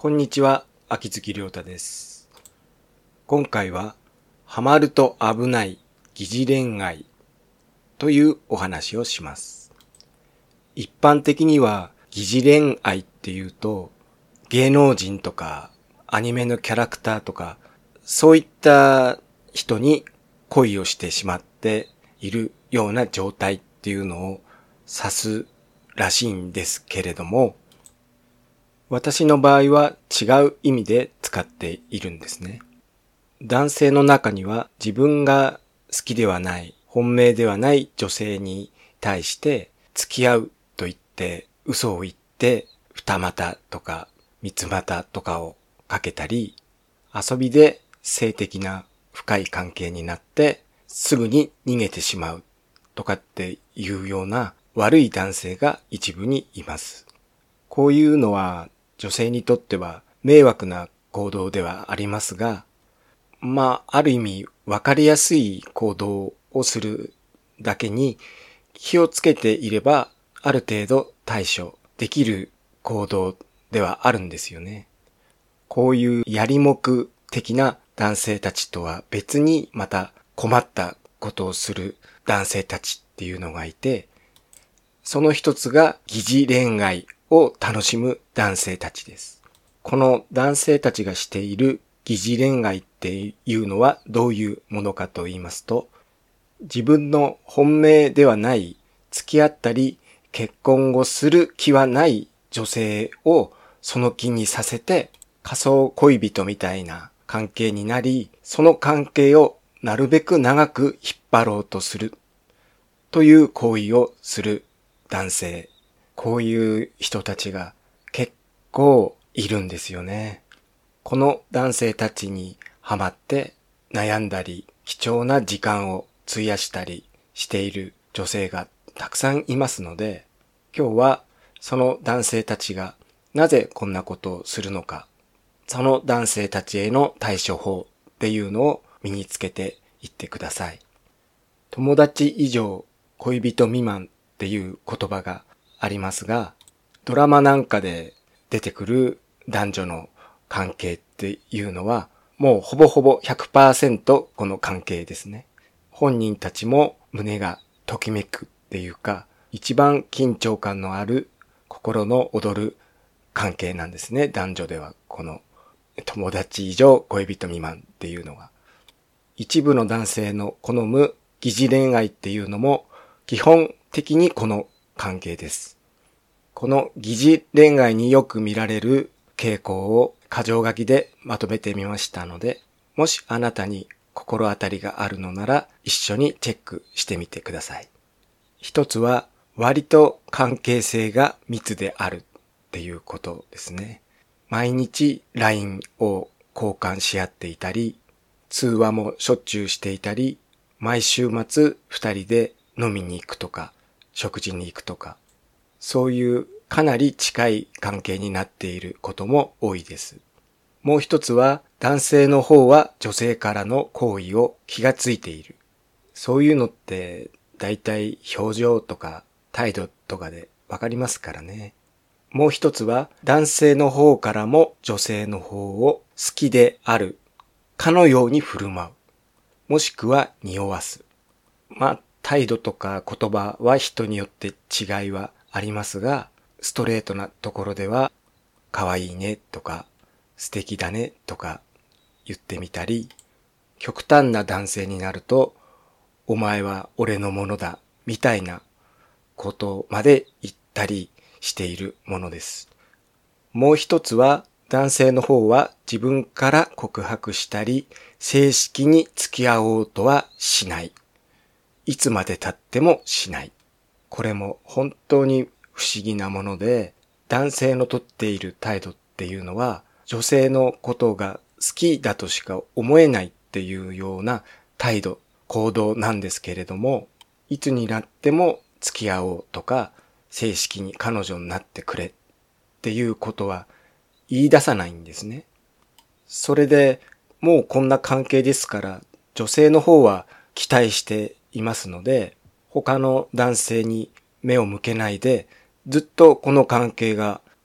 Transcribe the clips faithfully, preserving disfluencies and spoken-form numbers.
こんにちは、秋月亮太です。今回は、ハマると危ない疑似恋愛というお話をします。一般的には疑似恋愛っていうと、芸能人とかアニメのキャラクターとか、そういった人に恋をしてしまっているような状態っていうのを指すらしいんですけれども、私の場合は違う意味で使っているんですね。男性の中には自分が好きではない、本命ではない女性に対して付き合うと言って嘘を言って二股とか三つ股とかをかけたり、遊びで性的な深い関係になってすぐに逃げてしまうとかっていうような悪い男性が一部にいます。こういうのは女性にとっては迷惑な行動ではありますが、まあ、ある意味分かりやすい行動をするだけに気をつけていればある程度対処できる行動ではあるんですよね。こういうやりもく的な男性たちとは別にまた困ったことをする男性たちっていうのがいて、その一つが疑似恋愛を楽しむ男性たちです。この男性たちがしている疑似恋愛っていうのはどういうものかと言いますと、自分の本命ではない付き合ったり結婚をする気はない女性をその気にさせて仮想恋人みたいな関係になり、その関係をなるべく長く引っ張ろうとするという行為をする男性。こういう人たちが結構いるんですよね。この男性たちにハマって悩んだり貴重な時間を費やしたりしている女性がたくさんいますので、今日はその男性たちがなぜこんなことをするのか、その男性たちへの対処法っていうのを身につけていってください。友達以上恋人未満っていう言葉がありますが、ドラマなんかで出てくる男女の関係っていうのはもうほぼほぼ ひゃくパーセント この関係ですね。本人たちも胸がときめくっていうか、一番緊張感のある心の躍る関係なんですね。男女ではこの友達以上恋人未満っていうのが。一部の男性の好む疑似恋愛っていうのも基本的にこの関係です。この疑似恋愛によく見られる傾向を箇条書きでまとめてみましたので、もしあなたに心当たりがあるのなら一緒にチェックしてみてください。一つは割と関係性が密であるっていうことですね。毎日 ライン を交換し合っていたり、通話もしょっちゅうしていたり、毎週末二人で飲みに行くとか、食事に行くとか、そういうかなり近い関係になっていることも多いです。もう一つは男性の方は女性からの好意を気がついている。そういうのってだいたい表情とか態度とかでわかりますからね。もう一つは男性の方からも女性の方を好きであるかのように振る舞う。もしくは匂わす。まあ態度とか言葉は人によって違いはありますが、ストレートなところでは可愛いねとか素敵だねとか言ってみたり、極端な男性になるとお前は俺のものだみたいなことまで言ったりしているものです。もう一つは男性の方は自分から告白したり正式に付き合おうとはしない。いつまで経ってもしない。これも本当に不思議なもので、男性のとっている態度っていうのは女性のことが好きだとしか思えないっていうような態度、行動なんですけれども、いつになっても付き合おうとか正式に彼女になってくれっていうことは言い出さないんですね。それでもうこんな関係ですから女性の方は期待していますので、他の男性に目を向けないでずっとこの関係が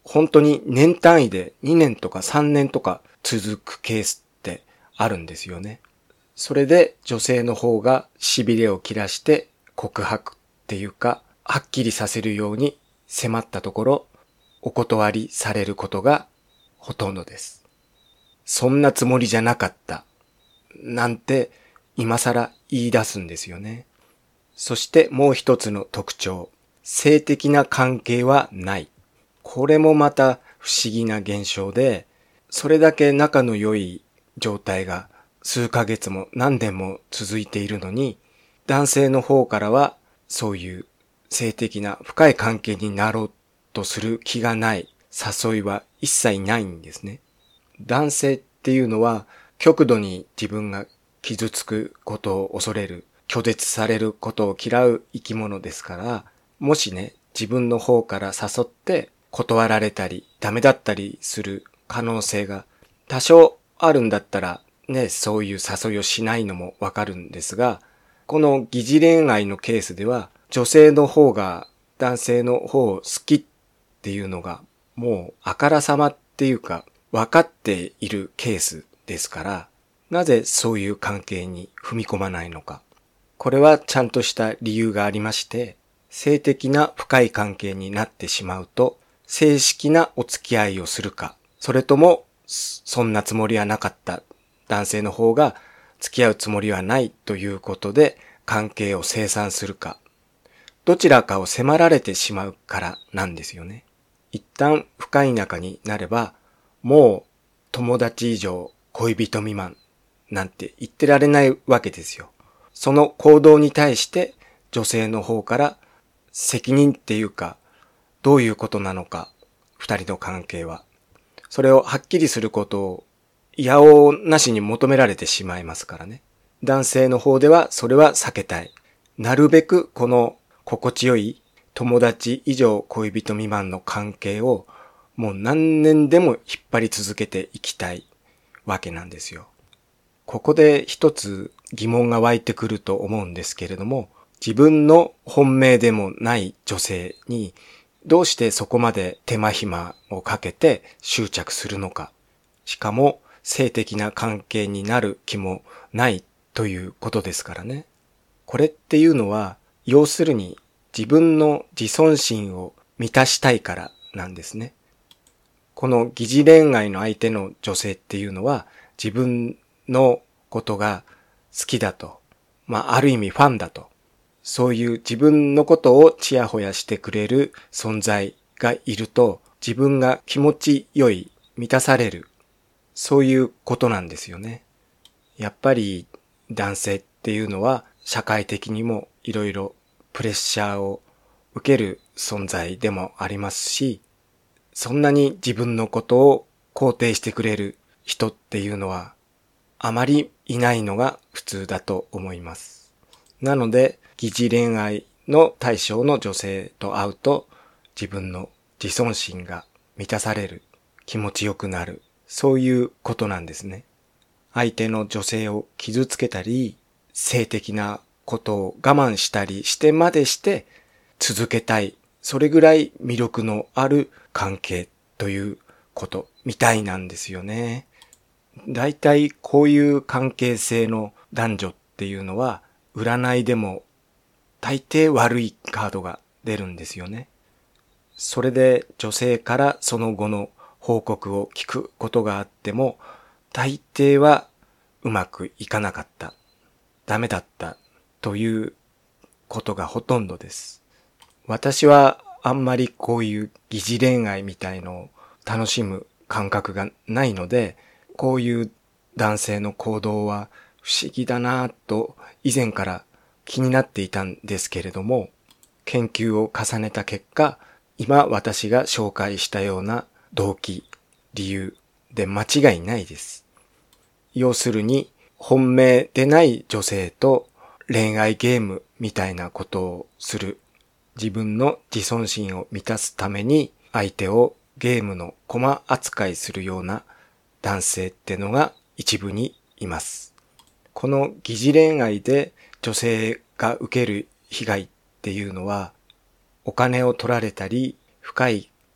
本当に年単位でにねんとかさんねんとか続くケースってあるんですよね。それで女性の方が痺れを切らして告白っていうか、はっきりさせるように迫ったところ、お断りされることがほとんどです。そんなつもりじゃなかった。なんて今更言い出すんですよね。そしてもう一つの特徴、性的な関係はない。これもまた不思議な現象で、それだけ仲の良い状態が数ヶ月も何年も続いているのに、男性の方からはそういう性的な深い関係になろうとする気がない誘いは一切ないんですね。男性っていうのは極度に自分が傷つくことを恐れる、拒絶されることを嫌う生き物ですから、もしね、自分の方から誘って断られたりダメだったりする可能性が多少あるんだったらね、そういう誘いをしないのもわかるんですが、この疑似恋愛のケースでは女性の方が男性の方を好きっていうのがもうあからさまっていうか分かっているケースですから、なぜそういう関係に踏み込まないのか。これはちゃんとした理由がありまして、性的な深い関係になってしまうと、正式なお付き合いをするか、それともそんなつもりはなかった男性の方が付き合うつもりはないということで関係を清算するか、どちらかを迫られてしまうからなんですよね。一旦深い仲になれば、もう友達以上恋人未満なんて言ってられないわけですよ。その行動に対して女性の方から責任っていうか、どういうことなのか、二人の関係は。それをはっきりすることをいやおうなしに求められてしまいますからね。男性の方ではそれは避けたい。なるべくこの心地よい友達以上恋人未満の関係をもう何年でも引っ張り続けていきたいわけなんですよ。ここで一つ疑問が湧いてくると思うんですけれども、自分の本命でもない女性にどうしてそこまで手間暇をかけて執着するのか。しかも性的な関係になる気もないということですからね。これっていうのは要するに自分の自尊心を満たしたいからなんですね。この疑似恋愛の相手の女性っていうのは自分のことが好きだと、まあある意味ファンだと、そういう自分のことをちやほやしてくれる存在がいると自分が気持ちよい、満たされる、そういうことなんですよね。やっぱり男性っていうのは社会的にもいろいろプレッシャーを受ける存在でもありますし、そんなに自分のことを肯定してくれる人っていうのはあまりいないのが普通だと思います。なので疑似恋愛の対象の女性と会うと自分の自尊心が満たされる、気持ちよくなる、そういうことなんですね。相手の女性を傷つけたり、性的なことを我慢したりしてまでして続けたい。それぐらい魅力のある関係ということみたいなんですよね。だいたいこういう関係性の男女っていうのは占いでも大抵悪いカードが出るんですよね。それで女性からその後の報告を聞くことがあっても大抵はうまくいかなかった、ダメだったということがほとんどです。私はあんまりこういう疑似恋愛みたいのを楽しむ感覚がないので、こういう男性の行動は不思議だなぁと以前から気になっていたんですけれども、研究を重ねた結果、今私が紹介したような動機、理由で間違いないです。要するに本命でない女性と恋愛ゲームみたいなことをする。自分の自尊心を満たすために相手をゲームの駒扱いするような男性ってのが一部にいます。この疑似恋愛で女性が受ける被害っていうのは、お金を取られたり深い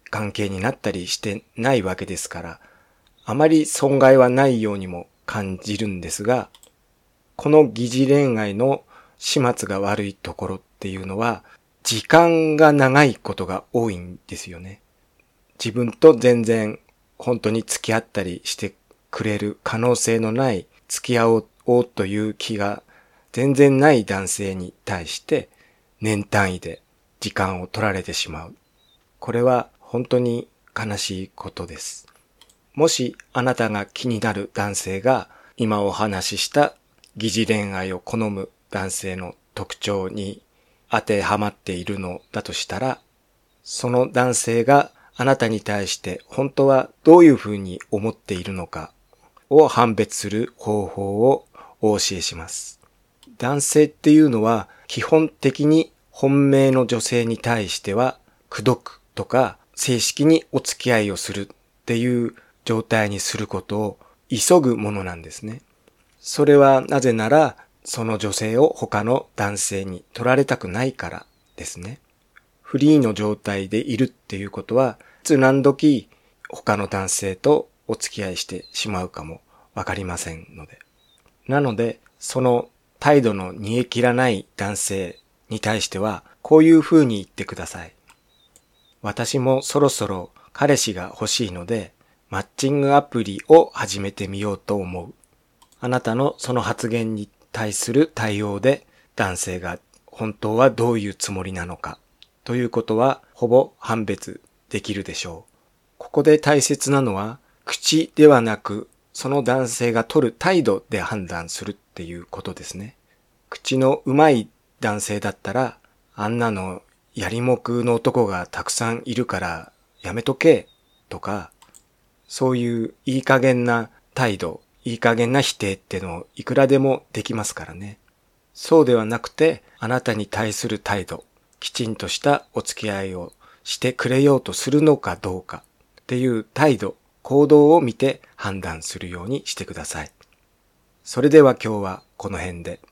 関係になったりしてないわけですから、あまり損害はないようにも感じるんですが、この疑似恋愛の始末が悪いところっていうのは、時間が長いことが多いんですよね。自分と全然本当に付き合ったりしてくれる可能性のない付き合おうという気が全然ない男性に対して年単位で時間を取られてしまう。これは本当に悲しいことです。もしあなたが気になる男性が今お話しした疑似恋愛を好む男性の特徴に当てはまっているのだとしたら、その男性があなたに対して本当はどういうふうに思っているのかを判別する方法をお教えします。男性っていうのは基本的に本命の女性に対しては口説くとか正式にお付き合いをするっていう状態にすることを急ぐものなんですね。それはなぜならその女性を他の男性に取られたくないからですね。フリーの状態でいるっていうことは、いつ何時他の男性とお付き合いしてしまうかもわかりませんので。なので、その態度の煮え切らない男性に対しては、こういう風に言ってください。私もそろそろ彼氏が欲しいので、マッチングアプリを始めてみようと思う。あなたのその発言に対する対応で男性が本当はどういうつもりなのかということはほぼ判別できるでしょう。ここで大切なのは口ではなくその男性が取る態度で判断するっていうことですね。口のうまい男性だったらあんなのやりもくの男がたくさんいるからやめとけとか、そういういい加減な態度、いい加減な否定ってのいくらでもできますからね。そうではなくて、あなたに対する態度、きちんとしたお付き合いをしてくれようとするのかどうかっていう態度、行動を見て判断するようにしてください。それでは今日はこの辺で。